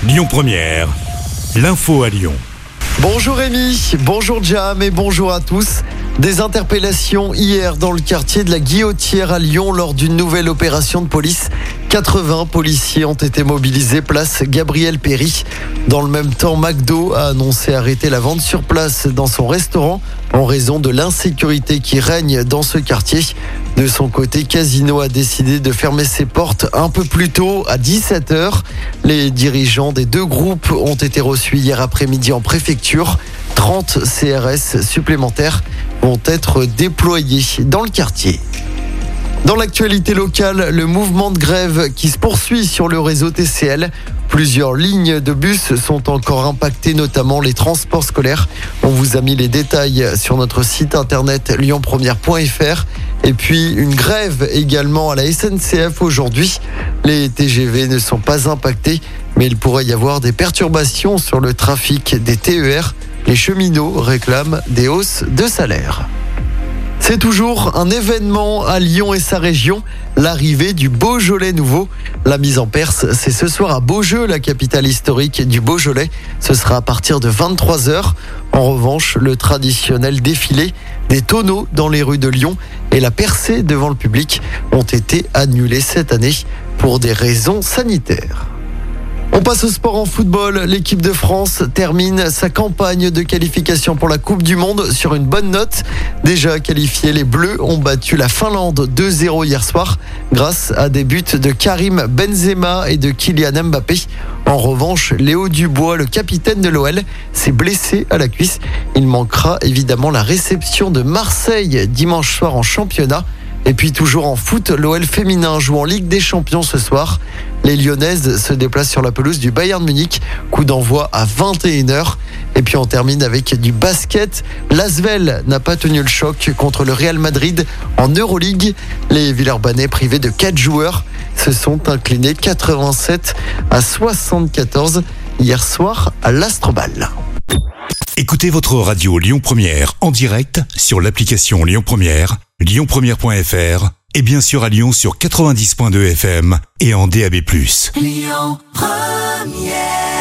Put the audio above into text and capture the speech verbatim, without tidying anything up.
Lyon Première, l'info à Lyon. Bonjour Rémi, bonjour Jam et bonjour à tous. Des interpellations hier dans le quartier de la Guillotière à Lyon lors d'une nouvelle opération de police. quatre-vingts policiers ont été mobilisés place Gabriel Péry. Dans le même temps, McDo a annoncé arrêter la vente sur place dans son restaurant en raison de l'insécurité qui règne dans ce quartier. De son côté, Casino a décidé de fermer ses portes un peu plus tôt, à dix-sept heures. Les dirigeants des deux groupes ont été reçus hier après-midi en préfecture. trente C R S supplémentaires vont être déployés dans le quartier. Dans l'actualité locale, le mouvement de grève qui se poursuit sur le réseau T C L. Plusieurs lignes de bus sont encore impactées, notamment les transports scolaires. On vous a mis les détails sur notre site internet lyon première point f r. Et puis une grève également à la S N C F aujourd'hui. Les T G V ne sont pas impactés, mais il pourrait y avoir des perturbations sur le trafic des T E R. Les cheminots réclament des hausses de salaire. C'est toujours un événement à Lyon et sa région, l'arrivée du Beaujolais nouveau. La mise en Perse, c'est ce soir à Beaujeu, la capitale historique du Beaujolais. Ce sera à partir de vingt-trois heures. En revanche, le traditionnel défilé des tonneaux dans les rues de Lyon et la percée devant le public ont été annulés cette année pour des raisons sanitaires. On passe au sport en football. L'équipe de France termine sa campagne de qualification pour la Coupe du Monde sur une bonne note. Déjà qualifiés, les Bleus ont battu la Finlande deux zéro hier soir grâce à des buts de Karim Benzema et de Kylian Mbappé. En revanche, Léo Dubois, le capitaine de l'O L, s'est blessé à la cuisse. Il manquera évidemment la réception de Marseille dimanche soir en championnat. Et puis toujours en foot, l'O L féminin joue en Ligue des Champions ce soir. Les Lyonnaises se déplacent sur la pelouse du Bayern Munich. Coup d'envoi à vingt et une heures. Et puis on termine avec du basket. L'Asvel n'a pas tenu le choc contre le Real Madrid en Euroleague. Les Villeurbanais, privés de quatre joueurs, se sont inclinés quatre-vingt-sept à soixante-quatorze hier soir à l'Astrobal. Écoutez votre radio Lyon Première en direct sur l'application Lyon Première, lyon première point f r et bien sûr à Lyon sur quatre-vingt-dix point deux F M et en D A B plus. Lyon Première.